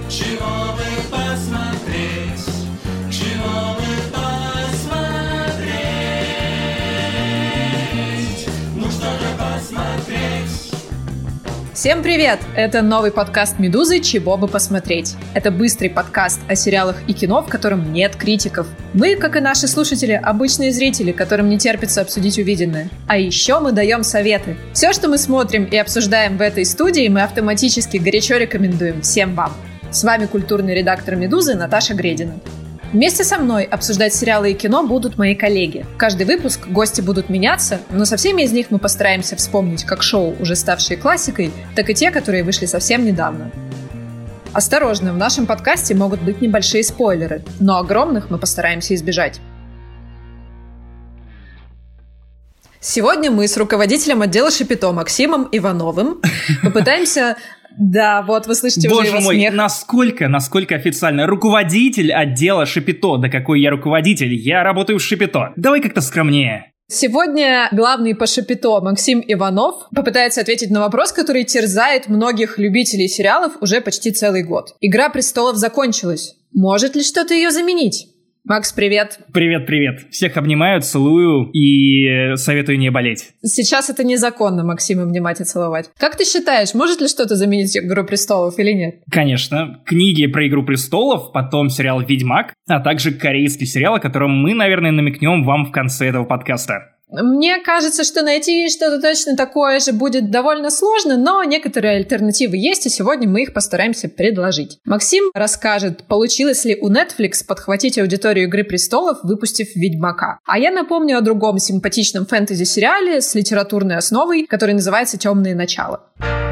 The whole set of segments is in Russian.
Чего бы посмотреть? Чего бы посмотреть? Ну что же посмотреть? Всем привет! Это новый подкаст «Медузы. Чего бы посмотреть». Это быстрый подкаст о сериалах и кино, в котором нет критиков. Мы, как и наши слушатели, обычные зрители, которым не терпится обсудить увиденное. А еще мы даем советы. Все, что мы смотрим и обсуждаем в этой студии, мы автоматически горячо рекомендуем всем вам. С вами культурный редактор «Медузы» Наташа Гредина. Вместе со мной обсуждать сериалы и кино будут мои коллеги. Каждый выпуск гости будут меняться, но со всеми из них мы постараемся вспомнить как шоу, уже ставшие классикой, так и те, которые вышли совсем недавно. Осторожно, в нашем подкасте могут быть небольшие спойлеры, но огромных мы постараемся избежать. Сегодня мы с руководителем отдела Шапито Максимом Ивановым попытаемся... Да, вот вы слышите уже его смех. Боже мой, насколько официально. Руководитель отдела Шапито. Да какой я руководитель? Я работаю в Шапито. Давай как-то скромнее. Сегодня главный по Шапито Максим Иванов попытается ответить на вопрос, который терзает многих любителей сериалов уже почти целый год. «Игра престолов» закончилась. Может ли что-то ее заменить? Макс, привет. Привет. Всех обнимаю, целую и советую не болеть. Сейчас это незаконно, Максим, обнимать и целовать. Как ты считаешь, может ли что-то заменить «Игру престолов» или нет? Конечно. Книги про «Игру престолов», потом сериал «Ведьмак», а также корейский сериал, о котором мы, наверное, намекнем вам в конце этого подкаста. Мне кажется, что найти что-то точно такое же будет довольно сложно, но некоторые альтернативы есть, и сегодня мы их постараемся предложить. Максим расскажет, получилось ли у Netflix подхватить аудиторию «Игры престолов», выпустив «Ведьмака». А я напомню о другом симпатичном фэнтези-сериале с литературной основой, который называется «Темные начала».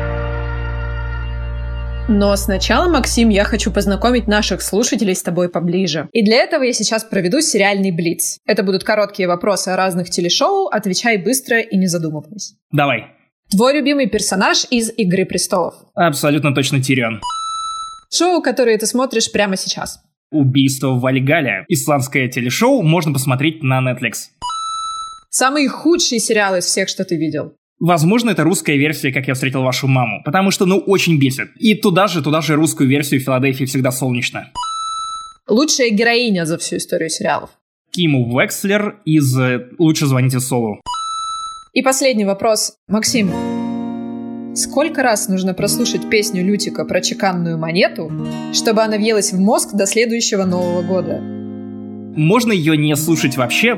Но сначала, Максим, я хочу познакомить наших слушателей с тобой поближе. И для этого я сейчас проведу сериальный блиц. Это будут короткие вопросы о разных телешоу, отвечай быстро и не задумываясь. Давай. Твой любимый персонаж из «Игры престолов»? Абсолютно точно Тирион. Шоу, которое ты смотришь прямо сейчас? «Убийство в Вальгалле». Исландское телешоу можно посмотреть на Netflix. Самый худший сериал из всех, что ты видел? Возможно, это русская версия «Как я встретил вашу маму», потому что, очень бесит. И туда же русскую версию «В Филадельфии всегда солнечно». Лучшая героиня за всю историю сериалов? Ким Уэкслер из «Лучше звоните Солу». И последний вопрос. Максим, сколько раз нужно прослушать песню Лютика про чеканную монету, чтобы она въелась в мозг до следующего Нового года? Можно ее не слушать вообще.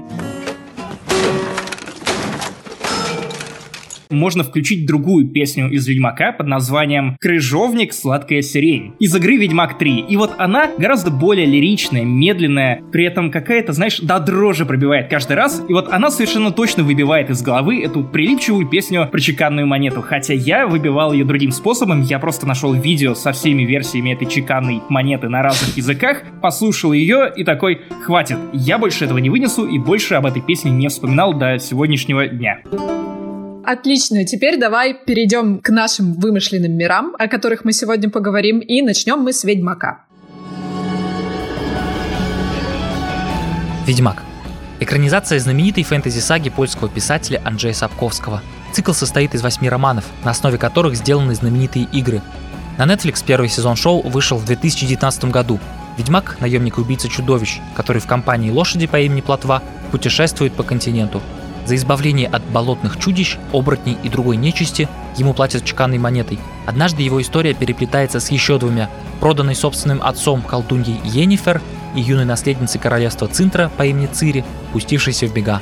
Можно включить другую песню из «Ведьмака» под названием «Крыжовник. Сладкая сирень» из игры «Ведьмак 3». И вот она гораздо более лиричная, медленная, при этом какая-то, до дрожи пробивает каждый раз. И вот она совершенно точно выбивает из головы эту прилипчивую песню про чеканную монету. Хотя я выбивал ее другим способом. Я просто нашел видео со всеми версиями этой чеканной монеты на разных языках, послушал ее и такой: хватит, я больше этого не вынесу и больше об этой песне не вспоминал до сегодняшнего дня. Отлично, теперь давай перейдем к нашим вымышленным мирам, о которых мы сегодня поговорим, и начнем мы с «Ведьмака». «Ведьмак» — экранизация знаменитой фэнтези-саги польского писателя Анджея Сапковского. Цикл состоит из 8 романов, на основе которых сделаны знаменитые игры. На Netflix первый сезон шоу вышел в 2019 году. Ведьмак — наемник и убийца чудовищ, который в компании лошади по имени Плотва путешествует по континенту. За избавление от болотных чудищ, оборотней и другой нечисти ему платят чеканной монетой. Однажды его история переплетается с еще двумя, проданной собственным отцом колдуньей Йеннифер и юной наследницей королевства Цинтра по имени Цири, пустившейся в бега.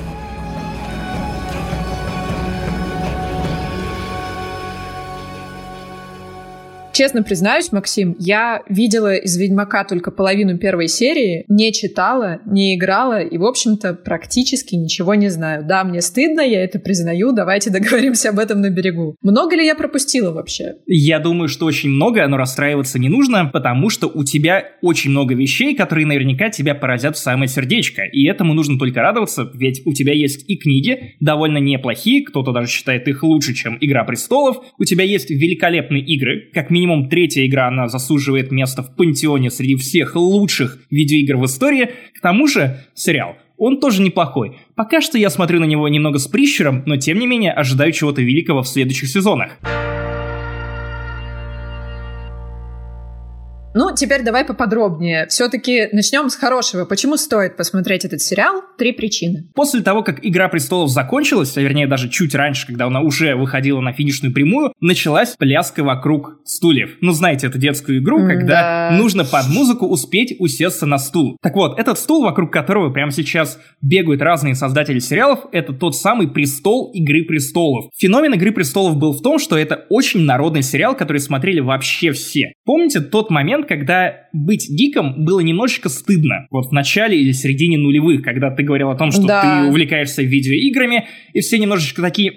Честно признаюсь, Максим, я видела из «Ведьмака» только половину первой серии, не читала, не играла и, в общем-то, практически ничего не знаю. Да, мне стыдно, я это признаю, давайте договоримся об этом на берегу. Много ли я пропустила вообще? Я думаю, что очень много, но расстраиваться не нужно, потому что у тебя очень много вещей, которые наверняка тебя поразят в самое сердечко. И этому нужно только радоваться, ведь у тебя есть и книги, довольно неплохие, кто-то даже считает их лучше, чем «Игра престолов», у тебя есть великолепные игры, как минимум третья игра, она заслуживает места в пантеоне среди всех лучших видеоигр в истории. К тому же сериал, он тоже неплохой. Пока что я смотрю на него немного с прищуром, но тем не менее ожидаю чего-то великого в следующих сезонах. Ну, теперь давай поподробнее. Все-таки начнем с хорошего. Почему стоит посмотреть этот сериал? 3 причины. После того, как «Игра престолов» закончилась, а вернее даже чуть раньше, когда она уже выходила на финишную прямую, началась пляска вокруг стульев. Ну, знаете, это детскую игру, когда нужно под музыку успеть усесться на стул. Так вот, этот стул, вокруг которого прямо сейчас бегают разные создатели сериалов, это тот самый престол «Игры престолов». Феномен «Игры престолов» был в том, что это очень народный сериал, который смотрели вообще все. Помните тот момент, когда быть гиком было немножечко стыдно? Вот в начале или середине нулевых, когда ты говорил о том, что ты увлекаешься видеоиграми, и все немножечко такие...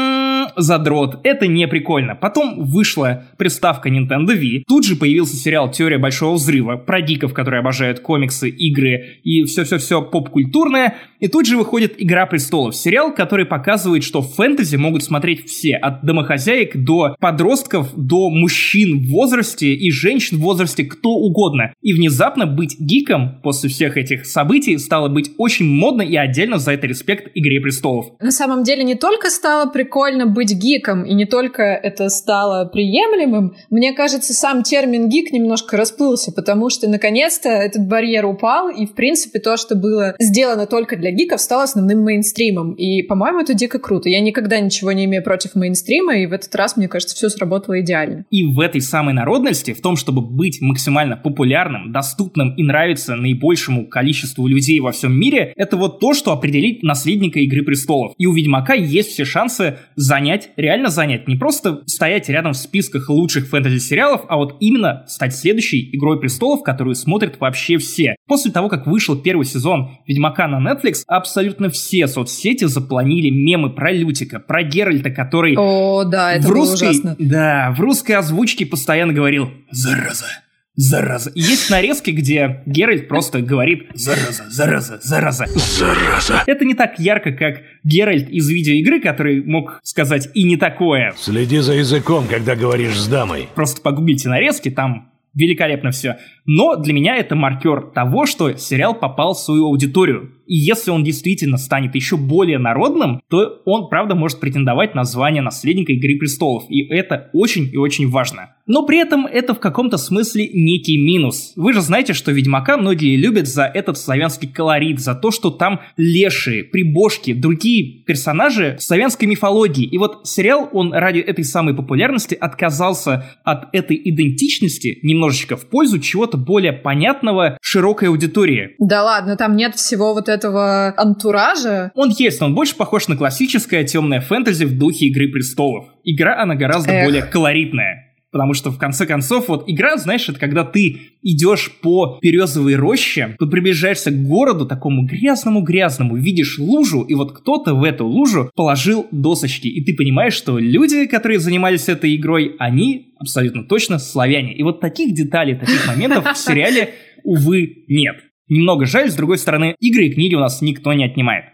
задрот, это не прикольно. Потом вышла приставка Nintendo Wii, тут же появился сериал «Теория большого взрыва» про гиков, которые обожают комиксы, игры и все-все-все поп-культурное, и тут же выходит «Игра престолов», сериал, который показывает, что фэнтези могут смотреть все, от домохозяек до подростков, до мужчин в возрасте и женщин в возрасте, кто угодно. И внезапно быть гиком после всех этих событий стало быть очень модно, и отдельно за это респект «Игре престолов». На самом деле не только стало прикольно быть гиком, и не только это стало приемлемым, мне кажется, сам термин гик немножко расплылся, потому что наконец-то этот барьер упал, и в принципе то, что было сделано только для гиков, стало основным мейнстримом. И, по-моему, это дико круто. Я никогда ничего не имею против мейнстрима, и в этот раз, мне кажется, все сработало идеально. И в этой самой народности, в том, чтобы быть максимально популярным, доступным и нравиться наибольшему количеству людей во всем мире, это вот то, что определит наследника «Игры престолов». И у «Ведьмака» есть все шансы реально занять, не просто стоять рядом в списках лучших фэнтези-сериалов, а вот именно стать следующей «Игрой престолов», которую смотрят вообще все. После того, как вышел первый сезон «Ведьмака» на Netflix, абсолютно все соцсети запланили мемы про Лютика, про Геральта, который... О, да, это было ужасно. Да, в русской озвучке постоянно говорил «Зараза». Зараза. И есть нарезки, где Геральт просто говорит «Зараза, зараза, зараза». Зараза. Это не так ярко, как Геральт из видеоигры, который мог сказать и не такое. Следи за языком, когда говоришь с дамой. Просто погуглите нарезки, там великолепно все. Но для меня это маркер того, что сериал попал в свою аудиторию. И если он действительно станет еще более народным, то он, правда, может претендовать на звание наследника «Игры престолов». И это очень и очень важно. Но при этом это в каком-то смысле некий минус. Вы же знаете, что «Ведьмака» многие любят за этот славянский колорит, за то, что там лешие, прибожки, другие персонажи славянской мифологии. И вот сериал, он ради этой самой популярности отказался от этой идентичности немножечко в пользу чего-то более понятного широкой аудитории. Да ладно, там нет всего вот этого антуража. Он есть, но он больше похож на классическое темное фэнтези в духе «Игры престолов». Игра, она гораздо более колоритная. Потому что, в конце концов, вот игра, знаешь, это когда ты идешь по березовой роще, ты приближаешься к городу такому грязному-грязному, видишь лужу, и вот кто-то в эту лужу положил досочки, и ты понимаешь, что люди, которые занимались этой игрой, они абсолютно точно славяне. И вот таких деталей, таких моментов в сериале, увы, нет. Немного жаль, с другой стороны, игры и книги у нас никто не отнимает.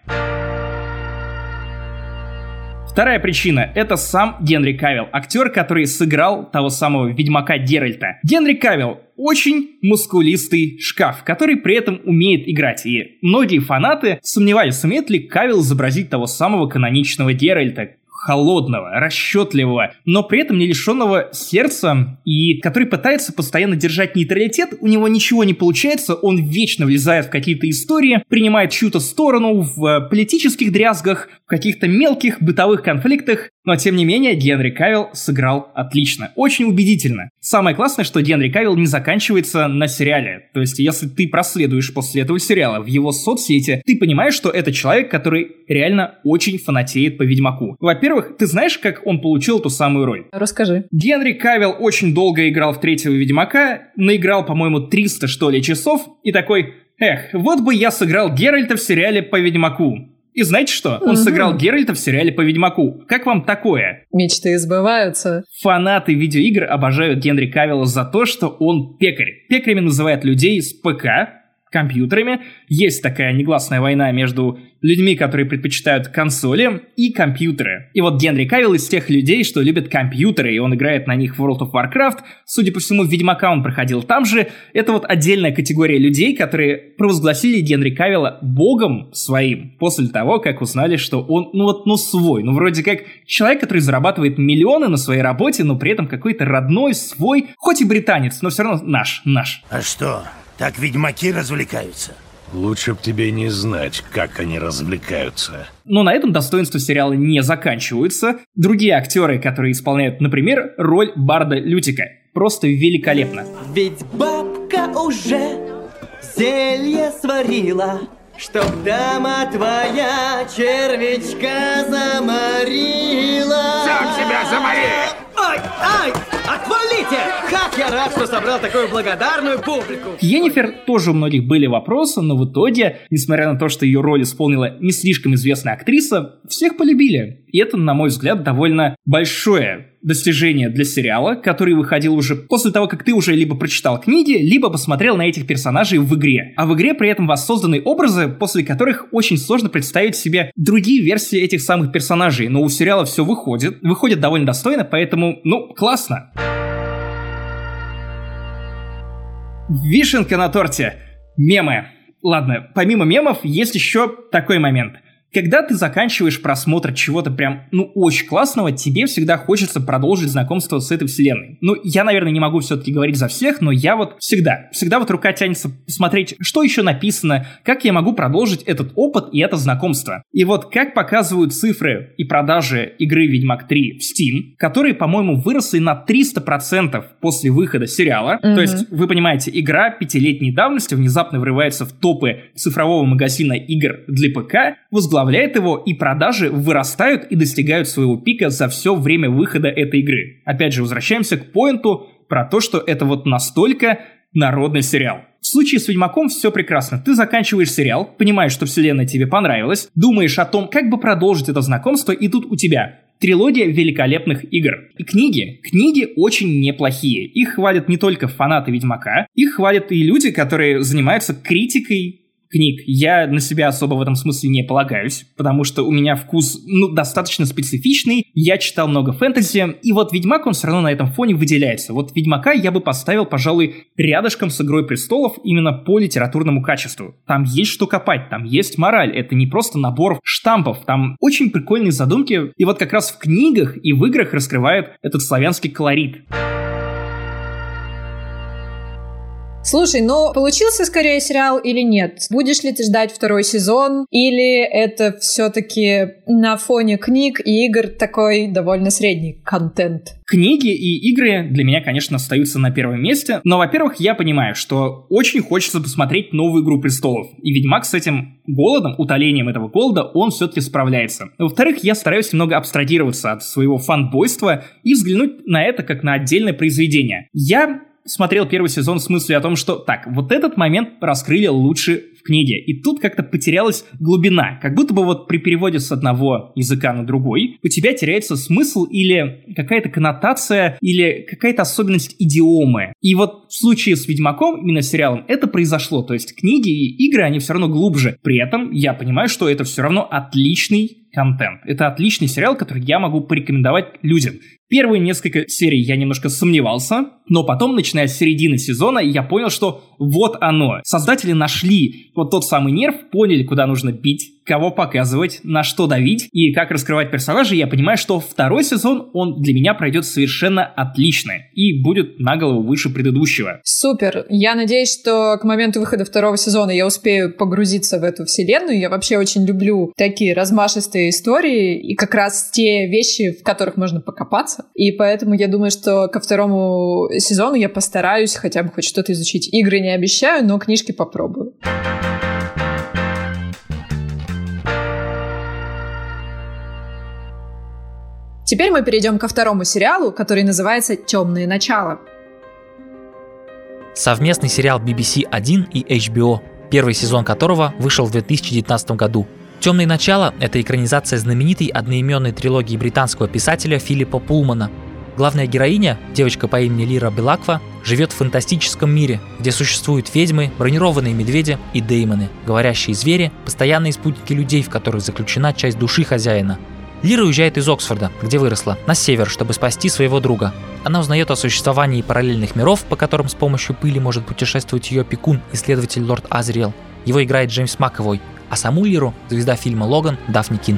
Вторая причина – это сам Генри Кавилл, актер, который сыграл того самого Ведьмака Геральта. Генри Кавилл – очень мускулистый шкаф, который при этом умеет играть. И многие фанаты сомневались, сумеет ли Кавилл изобразить того самого каноничного Геральта, холодного, расчетливого, но при этом не лишенного сердца, и который пытается постоянно держать нейтралитет, у него ничего не получается, он вечно влезает в какие-то истории, принимает чью-то сторону в политических дрязгах, в каких-то мелких бытовых конфликтах, но тем не менее Генри Кавилл сыграл отлично, очень убедительно. Самое классное, что Генри Кавилл не заканчивается на сериале, то есть если ты проследуешь после этого сериала в его соцсети, ты понимаешь, что это человек, который реально очень фанатеет по Ведьмаку. Во-первых, ты знаешь, как он получил ту самую роль? Расскажи. Генри Кавилл очень долго играл в третьего Ведьмака, наиграл, по-моему, 300, что ли, часов, и такой, вот бы я сыграл Геральта в сериале по Ведьмаку. И знаете что? Он сыграл Геральта в сериале по Ведьмаку. Как вам такое? Мечты сбываются. Фанаты видеоигр обожают Генри Кавилла за то, что он пекарь. Пекарями называют людей с ПК, компьютерами. Есть такая негласная война между людьми, которые предпочитают консоли, и компьютеры. И вот Генри Кавилл из тех людей, что любят компьютеры, и он играет на них в World of Warcraft. Судя по всему, Ведьмака он проходил там же. Это вот отдельная категория людей, которые провозгласили Генри Кавилла богом своим после того, как узнали, что он, свой. Вроде как человек, который зарабатывает миллионы на своей работе, но при этом какой-то родной, свой, хоть и британец, но все равно наш. А что, так ведьмаки развлекаются? Лучше б тебе не знать, как они развлекаются. Но на этом достоинства сериала не заканчиваются. Другие актеры, которые исполняют, например, роль Барда Лютика, просто великолепно. Ведь бабка уже зелье сварила, чтоб дама твоя червячка заморила. Сам себя замори! Ай! Отвалите! Как я рад, что собрал такую благодарную публику! К Йеннифер тоже у многих были вопросы, но в итоге, несмотря на то, что ее роль исполнила не слишком известная актриса, всех полюбили. И это, на мой взгляд, довольно большое достижение для сериала, который выходил уже после того, как ты уже либо прочитал книги, либо посмотрел на этих персонажей в игре. А в игре при этом воссозданы образы, после которых очень сложно представить себе другие версии этих самых персонажей. Но у сериала все выходит довольно достойно, поэтому, классно. Вишенка на торте. Мемы. Ладно, помимо мемов есть еще такой момент. Когда ты заканчиваешь просмотр чего-то прям, очень классного, тебе всегда хочется продолжить знакомство с этой вселенной. Я, наверное, не могу все-таки говорить за всех, но я вот всегда вот рука тянется посмотреть, что еще написано, как я могу продолжить этот опыт и это знакомство. И вот как показывают цифры и продажи игры Ведьмак 3 в Steam, которые, по-моему, выросли на 300% после выхода сериала. То есть, вы понимаете, игра 5-летней давности внезапно врывается в топы цифрового магазина игр для ПК, возглавляет его, и продажи вырастают и достигают своего пика за все время выхода этой игры. Опять же, возвращаемся к поинту про то, что это вот настолько народный сериал. В случае с Ведьмаком все прекрасно. Ты заканчиваешь сериал, понимаешь, что вселенная тебе понравилась, думаешь о том, как бы продолжить это знакомство, и тут у тебя трилогия великолепных игр. И книги очень неплохие. Их хвалят не только фанаты Ведьмака, их хвалят и люди, которые занимаются критикой книг. Я на себя особо в этом смысле не полагаюсь, потому что у меня вкус, достаточно специфичный, я читал много фэнтези, и вот Ведьмак, он все равно на этом фоне выделяется. Вот Ведьмака я бы поставил, пожалуй, рядышком с Игрой Престолов именно по литературному качеству. Там есть что копать, там есть мораль, это не просто набор штампов, там очень прикольные задумки, и вот как раз в книгах и в играх раскрывают этот славянский колорит. Слушай, получился скорее сериал или нет? Будешь ли ты ждать второй сезон? Или это все-таки на фоне книг и игр такой довольно средний контент? Книги и игры для меня, конечно, остаются на первом месте, но, во-первых, я понимаю, что очень хочется посмотреть новую «Игру престолов», и Ведьмак с этим голодом, утолением этого голода, он все-таки справляется. Во-вторых, я стараюсь немного абстрагироваться от своего фанбойства и взглянуть на это как на отдельное произведение. Я смотрел первый сезон с мыслью о том, что вот этот момент раскрыли лучше в книге, и тут как-то потерялась глубина, как будто бы вот при переводе с одного языка на другой у тебя теряется смысл или какая-то коннотация, или какая-то особенность идиомы. И вот в случае с Ведьмаком, именно сериалом, это произошло, то есть книги и игры, они все равно глубже. При этом я понимаю, что это все равно отличный контент. Это отличный сериал, который я могу порекомендовать людям. Первые несколько серий я немножко сомневался, но потом, начиная с середины сезона, я понял, что вот оно. Создатели нашли вот тот самый нерв, поняли, куда нужно бить, кого показывать, на что давить и как раскрывать персонажей. Я понимаю, что второй сезон, он для меня пройдет совершенно отлично и будет на голову выше предыдущего. Супер! Я надеюсь, что к моменту выхода второго сезона я успею погрузиться в эту вселенную. Я вообще очень люблю такие размашистые истории и как раз те вещи, в которых можно покопаться. И поэтому я думаю, что ко второму сезону я постараюсь хотя бы хоть что-то изучить. Игры не обещаю, но книжки попробую. Теперь мы перейдем ко второму сериалу, который называется «Темные начала». Совместный сериал BBC 1 и HBO, первый сезон которого вышел в 2019 году. «Темные начала» — это экранизация знаменитой одноименной трилогии британского писателя Филиппа Пулмана. Главная героиня, девочка по имени Лира Белаква, живет в фантастическом мире, где существуют ведьмы, бронированные медведи и деймоны, говорящие звери, постоянные спутники людей, в которых заключена часть души хозяина. Лира уезжает из Оксфорда, где выросла, на север, чтобы спасти своего друга. Она узнает о существовании параллельных миров, по которым с помощью пыли может путешествовать ее опекун, исследователь лорд Азриэл. Его играет Джеймс Макэвой, а саму Лиру – звезда фильма «Логан» Дафни Кин.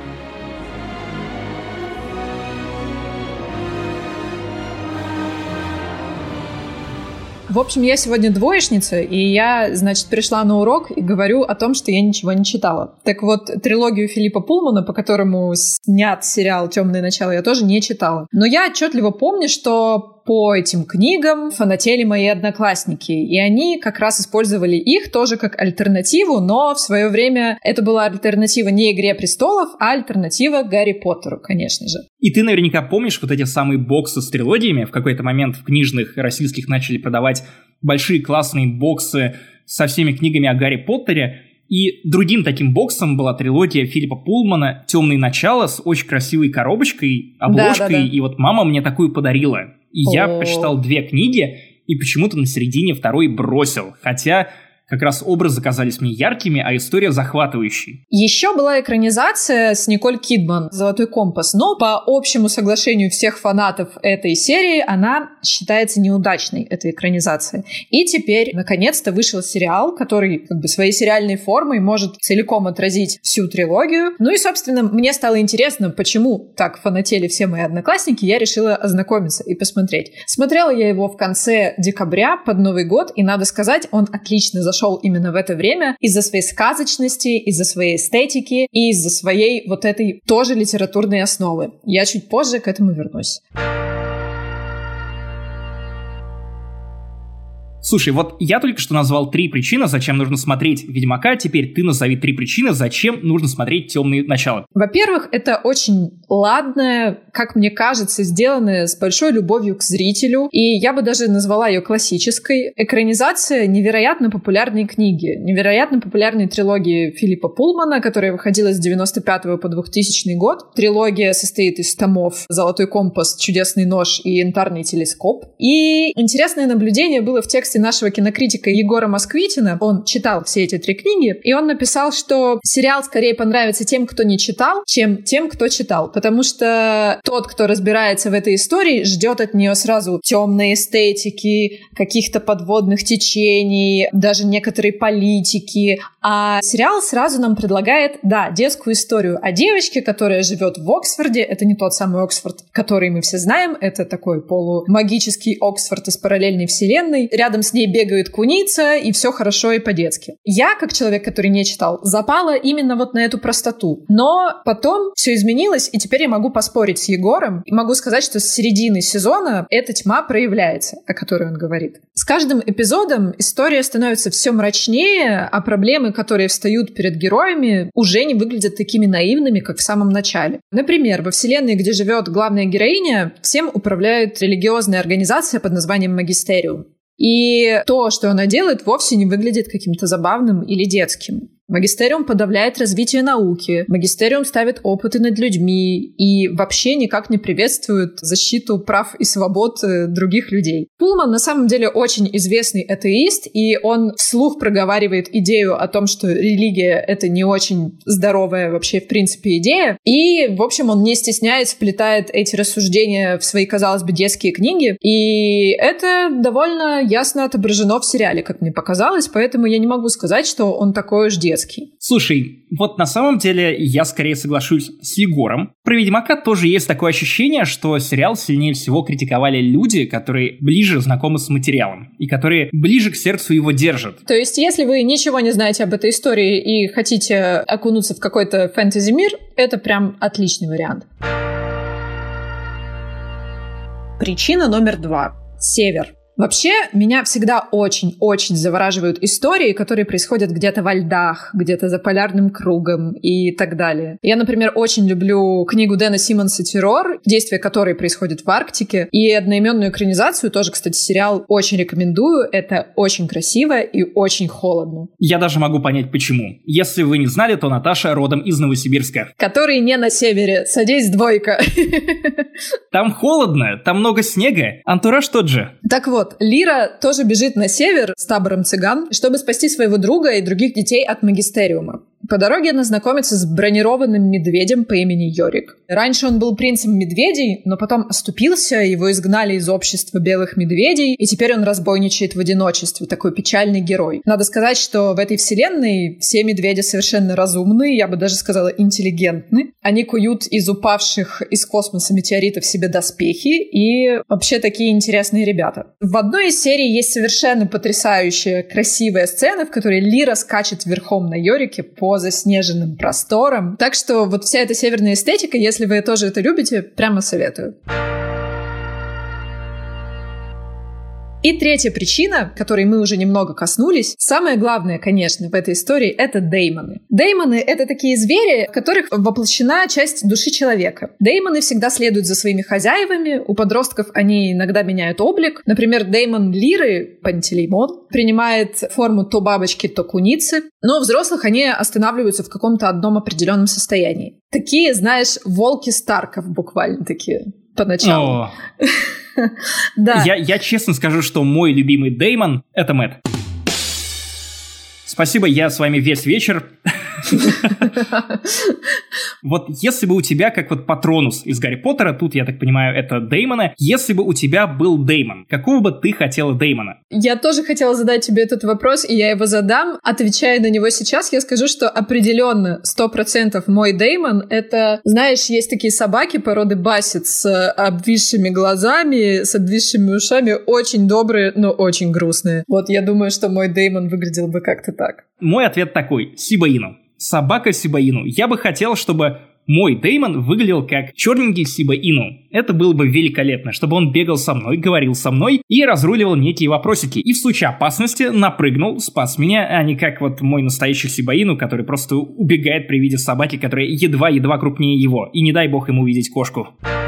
В общем, я сегодня двоечница, и я, значит, пришла на урок и говорю о том, что я ничего не читала. Так вот, трилогию Филиппа Пулмана, по которому снят сериал «Темные начала», я тоже не читала. Но я отчетливо помню, что по этим книгам фанатели мои одноклассники, и они как раз использовали их тоже как альтернативу, но в свое время это была альтернатива не «Игре престолов», а альтернатива Гарри Поттеру, конечно же. И ты наверняка помнишь вот эти самые боксы с трилогиями. В какой-то момент в книжных российских начали продавать большие классные боксы со всеми книгами о Гарри Поттере. И другим таким боксом была трилогия Филиппа Пулмана «Темные начала» с очень красивой коробочкой, обложкой. Да. И вот мама мне такую подарила. И я прочитал 2 книги и почему-то на середине второй бросил. Хотя как раз образы казались мне яркими, а история захватывающей. Еще была экранизация с Николь Кидман «Золотой компас», но по общему соглашению всех фанатов этой серии она считается неудачной, эта экранизация. И теперь, наконец-то, вышел сериал, который как бы своей сериальной формой может целиком отразить всю трилогию. Ну и, собственно, мне стало интересно, почему так фанатели все мои одноклассники, я решила ознакомиться и посмотреть. Смотрела я его в конце декабря под Новый год, и, надо сказать, он отлично зашел именно в это время из-за своей сказочности, из-за своей эстетики и из-за своей вот этой тоже литературной основы. Я чуть позже к этому вернусь. Слушай, вот я только что назвал 3 причины, зачем нужно смотреть «Ведьмака», теперь ты назови 3 причины, зачем нужно смотреть «Темные начала». Во-первых, это очень ладная, как мне кажется, сделанная с большой любовью к зрителю, и я бы даже назвала ее классической. Экранизация невероятно популярной книги, невероятно популярной трилогии Филиппа Пулмана, которая выходила с 95 по 2000 год. Трилогия состоит из томов «Золотой компас», «Чудесный нож» и «Янтарный телескоп». И интересное наблюдение было в тексте нашего кинокритика Егора Москвитина. Он читал все эти 3 книги, и он написал, что сериал скорее понравится тем, кто не читал, чем тем, кто читал. Потому что тот, кто разбирается в этой истории, ждет от нее сразу темной эстетики, каких-то подводных течений, даже некоторой политики. А сериал сразу нам предлагает, да, детскую историю о девочке, которая живет в Оксфорде. Это не тот самый Оксфорд, который мы все знаем. Это такой полумагический Оксфорд из параллельной вселенной. Рядом с ней бегает куница, и все хорошо и по-детски. Я, как человек, который не читал, запала именно вот на эту простоту. Но потом все изменилось, и теперь я могу поспорить с Егором, и могу сказать, что с середины сезона эта тьма проявляется, о которой он говорит. С каждым эпизодом история становится все мрачнее, а проблемы, которые встают перед героями, уже не выглядят такими наивными, как в самом начале. Например, во вселенной, где живет главная героиня, всем управляет религиозная организация под названием Магистериум. И то, что она делает, вовсе не выглядит каким-то забавным или детским. Магистериум подавляет развитие науки, магистериум ставит опыты над людьми и вообще никак не приветствует защиту прав и свобод других людей. Пулман на самом деле очень известный атеист, и он вслух проговаривает идею о том, что религия — это не очень здоровая вообще в принципе идея. И, в общем, он не стесняясь вплетает эти рассуждения в свои, казалось бы, детские книги. И это довольно ясно отображено в сериале, как мне показалось, поэтому я не могу сказать, что он такой уж детский. Слушай, вот на самом деле я скорее соглашусь с Егором. Про «Ведьмака» тоже есть такое ощущение, что сериал сильнее всего критиковали люди, которые ближе знакомы с материалом и которые ближе к сердцу его держат. То есть, если вы ничего не знаете об этой истории и хотите окунуться в какой-то фэнтези-мир, это прям отличный вариант. Причина номер 2. Север. Вообще, меня всегда очень-очень завораживают истории, которые происходят где-то во льдах, где-то за полярным кругом и так далее. Я, например, очень люблю книгу Дэна Симмонса «Террор», действие которой происходит в Арктике, и одноименную экранизацию, тоже, кстати, сериал очень рекомендую. Это очень красиво и очень холодно. Я даже могу понять, почему. Если вы не знали, то Наташа родом из Новосибирска. Который не на севере. Садись, 2. Там холодно, там много снега, антураж тот же. Так вот, вот, Лира тоже бежит на север с табором цыган, чтобы спасти своего друга и других детей от магистериума. По дороге она знакомится с бронированным медведем по имени Йорик. Раньше он был принцем медведей, но потом оступился, его изгнали из общества белых медведей, и теперь он разбойничает в одиночестве, такой печальный герой. Надо сказать, что в этой вселенной все медведи совершенно разумные, я бы даже сказала интеллигентны. Они куют из упавших из космоса метеоритов себе доспехи, и вообще такие интересные ребята. В одной из серий есть совершенно потрясающая, красивая сцена, в которой Лира скачет верхом на Йорике по заснеженным просторам. Так что вот вся эта северная эстетика, если вы тоже это любите, прямо советую. И третья причина, которой мы уже немного коснулись, самое главное, конечно, в этой истории — это деймоны. Деймоны — это такие звери, в которых воплощена часть души человека. Деймоны всегда следуют за своими хозяевами, у подростков они иногда меняют облик. Например, деймон Лиры, Пантелеймон, принимает форму то бабочки, то куницы, но у взрослых они останавливаются в каком-то одном определенном состоянии. Такие, знаешь, волки Старков буквально такие поначалу. Да. Я честно скажу, что мой любимый деймон — это Мэтт. Спасибо, я с вами весь вечер. Вот если бы у тебя, как вот Патронус из Гарри Поттера, тут, я так понимаю, это Деймона, если бы у тебя был Деймон, какого бы ты хотела Деймона? Я тоже хотела задать тебе этот вопрос, и я его задам. Отвечая на него сейчас, я скажу, что определенно 100% мой Деймон — это, знаешь, есть такие собаки породы бассет с обвисшими глазами, с обвисшими ушами, очень добрые, но очень грустные. Вот я думаю, что мой Деймон выглядел бы как-то так. Мой ответ такой: Сиба Ину. Собака Сиба Ину. Я бы хотел, чтобы мой Деймон выглядел как черненький Сиба Ину. Это было бы великолепно, чтобы он бегал со мной, говорил со мной и разруливал некие вопросики. И в случае опасности напрыгнул, спас меня, а не как вот мой настоящий Сиба Ину, который просто убегает при виде собаки, которая едва-едва крупнее его. И не дай бог ему увидеть кошку.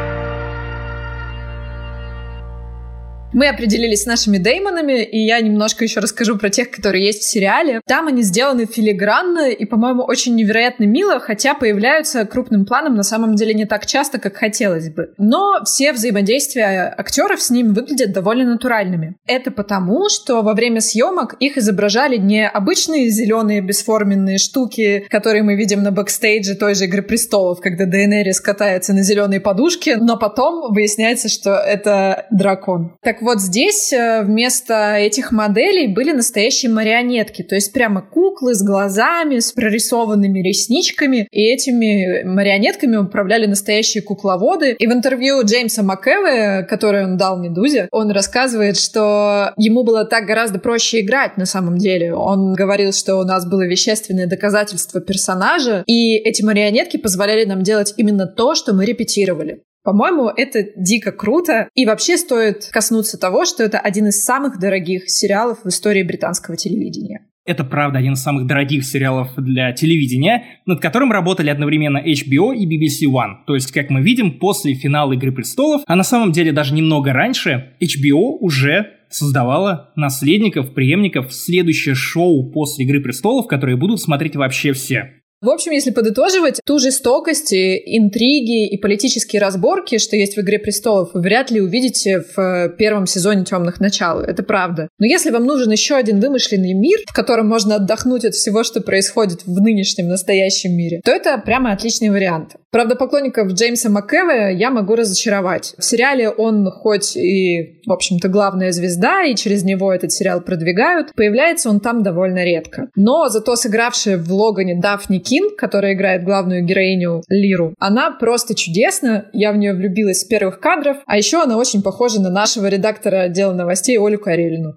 Мы определились с нашими деймонами, и я немножко еще расскажу про тех, которые есть в сериале. Там они сделаны филигранно и, по-моему, очень невероятно мило, хотя появляются крупным планом на самом деле не так часто, как хотелось бы. Но все взаимодействия актеров с ними выглядят довольно натуральными. Это потому, что во время съемок их изображали не обычные зеленые бесформенные штуки, которые мы видим на бэкстейдже той же «Игры престолов», когда Дейенерис катается на зеленой подушке, но потом выясняется, что это дракон. Так вот здесь вместо этих моделей были настоящие марионетки, то есть прямо куклы с глазами, с прорисованными ресничками, и этими марионетками управляли настоящие кукловоды. И в интервью Джеймса МакЭвоя, которое он дал «Медузе», он рассказывает, что ему было так гораздо проще играть на самом деле. Он говорил, что у нас было вещественное доказательство персонажа, и эти марионетки позволяли нам делать именно то, что мы репетировали. По-моему, это дико круто. И вообще стоит коснуться того, что это один из самых дорогих сериалов в истории британского телевидения. Это правда один из самых дорогих сериалов для телевидения, над которым работали одновременно HBO и BBC One. То есть, как мы видим, после финала «Игры престолов», а на самом деле даже немного раньше, HBO уже создавала наследников, преемников, следующее шоу после «Игры престолов», которые будут смотреть вообще все. В общем, если подытоживать, ту жестокость, интриги и политические разборки, что есть в «Игре престолов», вы вряд ли увидите в первом сезоне «Темных начал». Это правда. Но если вам нужен еще один вымышленный мир, в котором можно отдохнуть от всего, что происходит в нынешнем настоящем мире, то это прямо отличный вариант. Правда, поклонников Джеймса МакЭвоя я могу разочаровать. В сериале он хоть и, в общем-то, главная звезда, и через него этот сериал продвигают, появляется он там довольно редко. Но зато сыгравшая в Логане Дафни Кин, которая играет главную героиню Лиру, она просто чудесна, я в нее влюбилась с первых кадров, а еще она очень похожа на нашего редактора отдела новостей Олю Карелину.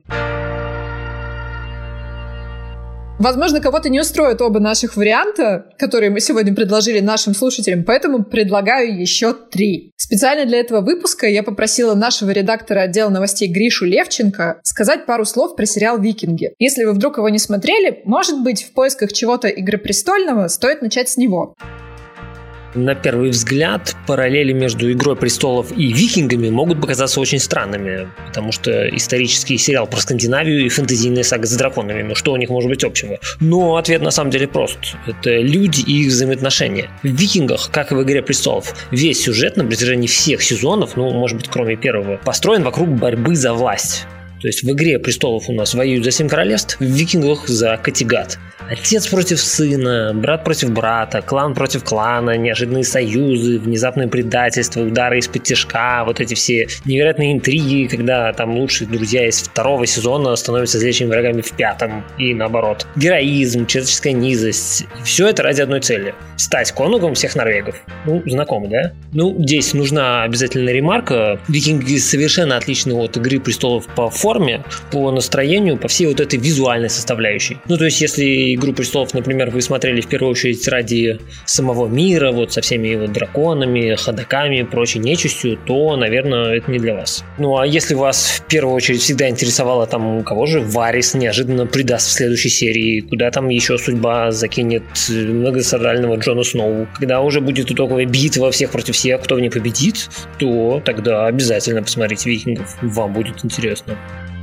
Возможно, кого-то не устроят оба наших варианта, которые мы сегодня предложили нашим слушателям, поэтому предлагаю еще 3. Специально для этого выпуска я попросила нашего редактора отдела новостей Гришу Левченко сказать пару слов про сериал «Викинги». Если вы вдруг его не смотрели, может быть, в поисках чего-то «Игры престольного» стоит начать с него. На первый взгляд, параллели между «Игрой престолов» и «Викингами» могут показаться очень странными, потому что исторический сериал про Скандинавию и фэнтезийная сага с драконами, ну что у них может быть общего? Но ответ на самом деле прост. Это люди и их взаимоотношения. В «Викингах», как и в «Игре престолов», весь сюжет на протяжении всех сезонов, ну, может быть, кроме первого, построен вокруг борьбы за власть. То есть в «Игре престолов» у нас воюют за 7 королевств, в «Викингах» за Каттегат. Отец против сына, брат против брата, клан против клана, неожиданные союзы, внезапные предательства, удары из-под тишка, вот эти все невероятные интриги, когда там лучшие друзья из 2-го сезона становятся злейшими врагами в 5-м, и наоборот. Героизм, человеческая низость. Все это ради одной цели – стать конунгом всех норвегов. Знакомы, да? Здесь нужна обязательно ремарка. «Викинги» совершенно отличны от «Игры престолов» по форме, по настроению, по всей вот этой визуальной составляющей. То есть, если «Игру престолов», например, вы смотрели в первую очередь ради самого мира, вот со всеми его драконами, ходоками и прочей нечистью, то, наверное, это не для вас. А если вас в первую очередь всегда интересовало там, кого же Варис неожиданно предаст в следующей серии, куда там еще судьба закинет многострадального Джона Сноу, когда уже будет итоговая битва всех против всех, кто в ней победит, то тогда обязательно посмотрите «Викингов», вам будет интересно.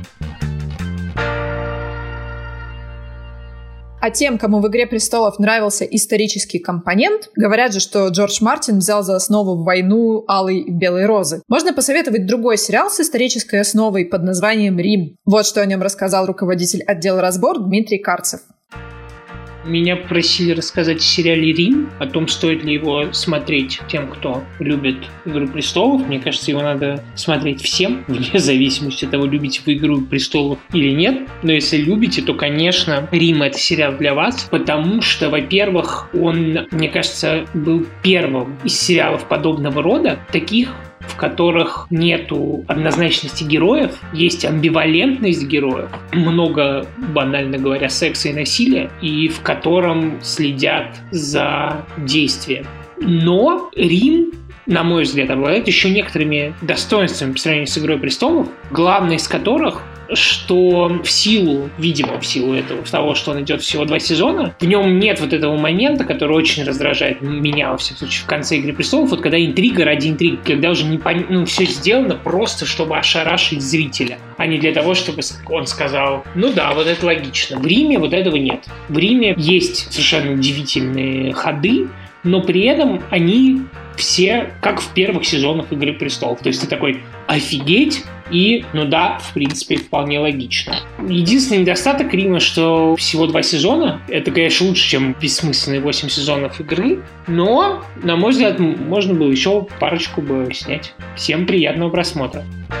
А тем, кому в «Игре престолов» нравился исторический компонент, говорят же, что Джордж Мартин взял за основу «Войну алой и белой розы». Можно посоветовать другой сериал с исторической основой под названием «Рим». Вот что о нем рассказал руководитель отдела «Разбор» Дмитрий Карцев. Меня просили рассказать о сериале «Рим», о том, стоит ли его смотреть тем, кто любит «Игру престолов». Мне кажется, его надо смотреть всем, вне зависимости от того, любите вы «Игру престолов» или нет. Но если любите, то, конечно, «Рим» — это сериал для вас, потому что, во-первых, он, мне кажется, был первым из сериалов подобного рода, таких, в которых нету однозначности героев, есть амбивалентность героев, много, банально говоря, секса и насилия, и в котором следят за действием. Но «Рим», на мой взгляд, обладает еще некоторыми достоинствами по сравнению с «Игрой престолов», главное из которых, что в силу этого, того, что он идет всего 2 сезона, в нем нет вот этого момента, который очень раздражает меня, во всяком случае, в конце «Игры престолов», вот когда интрига ради интриги, когда уже все сделано просто, чтобы ошарашить зрителя, а не для того, чтобы он сказал, вот это логично. В «Риме» вот этого нет. В «Риме» есть совершенно удивительные ходы, но при этом они все как в первых сезонах «Игры престолов». То есть ты такой «офигеть», и, в принципе, вполне логично. Единственный недостаток «Рима», что всего 2 сезона. Это, конечно, лучше, чем бессмысленные 8 сезонов игры. Но, на мой взгляд, можно было еще парочку бы снять. Всем приятного просмотра.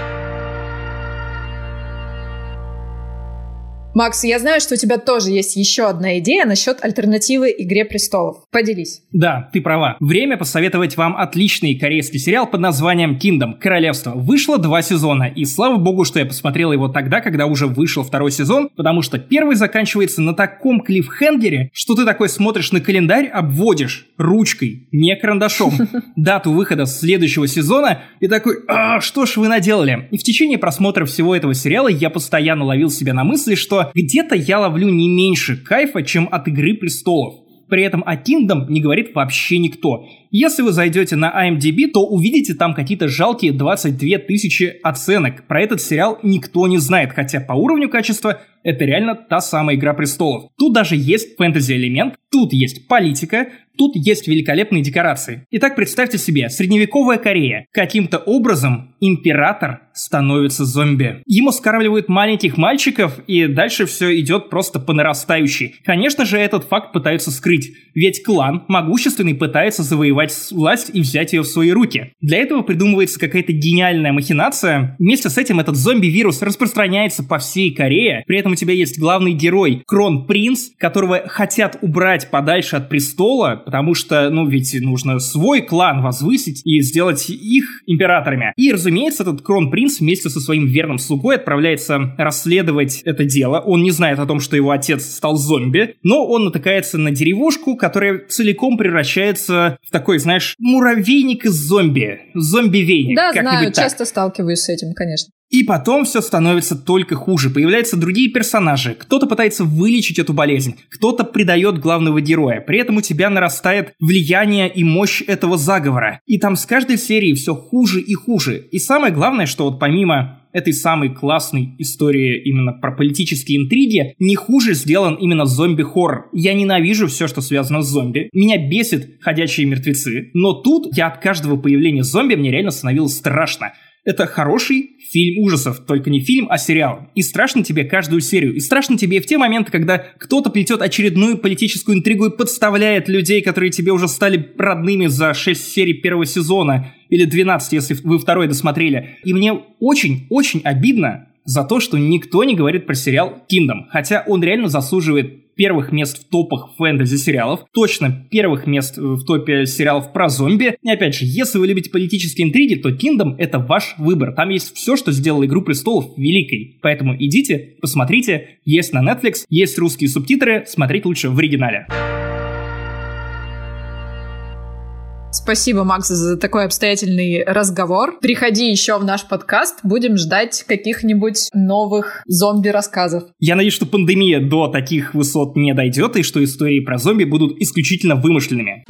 Макс, я знаю, что у тебя тоже есть еще одна идея насчет альтернативы «Игре престолов». Поделись. Да, ты права. Время посоветовать вам отличный корейский сериал под названием «Kingdom. Королевство». Вышло 2 сезона, и слава богу, что я посмотрел его тогда, когда уже вышел 2-й сезон, потому что 1-й заканчивается на таком клиффхенгере, что ты такой смотришь на календарь, обводишь ручкой, не карандашом, дату выхода следующего сезона, и такой, что ж вы наделали? И в течение просмотра всего этого сериала я постоянно ловил себя на мысли, что где-то я ловлю не меньше кайфа, чем от «Игры престолов». При этом о Kingdom не говорит вообще никто. Если вы зайдете на IMDb, то увидите там какие-то жалкие 22 тысячи оценок. Про этот сериал никто не знает, хотя по уровню качества это реально та самая «Игра престолов». Тут даже есть фэнтези-элемент, тут есть политика, тут есть великолепные декорации. Итак, представьте себе, средневековая Корея. Каким-то образом император становится зомби. Ему скармливают маленьких мальчиков, и дальше все идет просто по нарастающей. Конечно же, этот факт пытаются скрыть, ведь клан могущественный пытается завоевать власть и взять ее в свои руки. Для этого придумывается какая-то гениальная махинация. Вместе с этим этот зомби-вирус распространяется по всей Корее. При этом у тебя есть главный герой, кронпринц, которого хотят убрать подальше от престола, потому что, ведь нужно свой клан возвысить и сделать их императорами. И, разумеется, этот кронпринц вместе со своим верным слугой отправляется расследовать это дело. Он не знает о том, что его отец стал зомби, но он натыкается на деревушку, которая целиком превращается в такой, муравейник из зомби. Зомби-вейник. Да, знаю, часто сталкиваюсь с этим, конечно. И потом все становится только хуже. Появляются другие персонажи. Кто-то пытается вылечить эту болезнь, кто-то предает главного героя. При этом у тебя нарастает влияние и мощь этого заговора. И там с каждой серии все хуже и хуже. И самое главное, что помимо этой самой классной истории именно про политические интриги, не хуже сделан именно зомби-хоррор. Я ненавижу все, что связано с зомби. Меня бесит ходячие мертвецы. Но тут от каждого появления зомби мне реально становилось страшно. Это хороший фильм ужасов, только не фильм, а сериал. И страшно тебе каждую серию. И страшно тебе в те моменты, когда кто-то плетет очередную политическую интригу и подставляет людей, которые тебе уже стали родными за 6 серий первого сезона. Или 12, если вы второй досмотрели. И мне очень-очень обидно за то, что никто не говорит про сериал Kingdom. Хотя он реально заслуживает первых мест в топах фэнтези-сериалов, точно первых мест в топе сериалов про зомби. И опять же, если вы любите политические интриги, то Kingdom — это ваш выбор. Там есть все, что сделало «Игру престолов» великой. Поэтому идите, посмотрите. Есть на Netflix, есть русские субтитры, смотреть лучше в оригинале. Спасибо, Макс, за такой обстоятельный разговор. Приходи еще в наш подкаст, будем ждать каких-нибудь новых зомби-рассказов. Я надеюсь, что пандемия до таких высот не дойдет, и что истории про зомби будут исключительно вымышленными.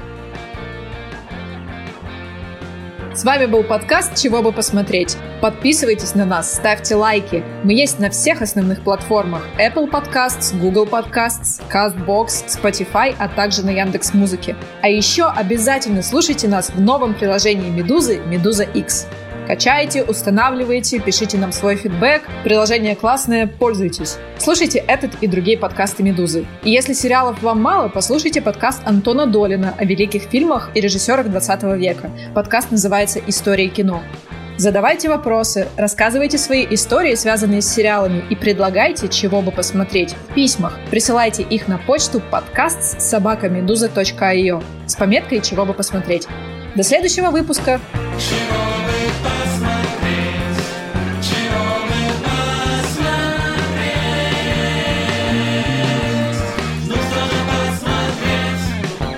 С вами был подкаст «Чего бы посмотреть». Подписывайтесь на нас, ставьте лайки. Мы есть на всех основных платформах: Apple Podcasts, Google Podcasts, CastBox, Spotify, а также на Яндекс.Музыке. А еще обязательно слушайте нас в новом приложении Медузы «Медуза X». Качайте, устанавливайте, пишите нам свой фидбэк. Приложение классное, пользуйтесь. Слушайте этот и другие подкасты «Медузы». И если сериалов вам мало, послушайте подкаст Антона Долина о великих фильмах и режиссерах 20 века. Подкаст называется «История кино». Задавайте вопросы, рассказывайте свои истории, связанные с сериалами, и предлагайте, чего бы посмотреть, в письмах. Присылайте их на почту podcast@meduza.io с пометкой «Чего бы посмотреть». До следующего выпуска!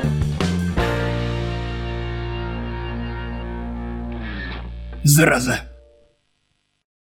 Зараза!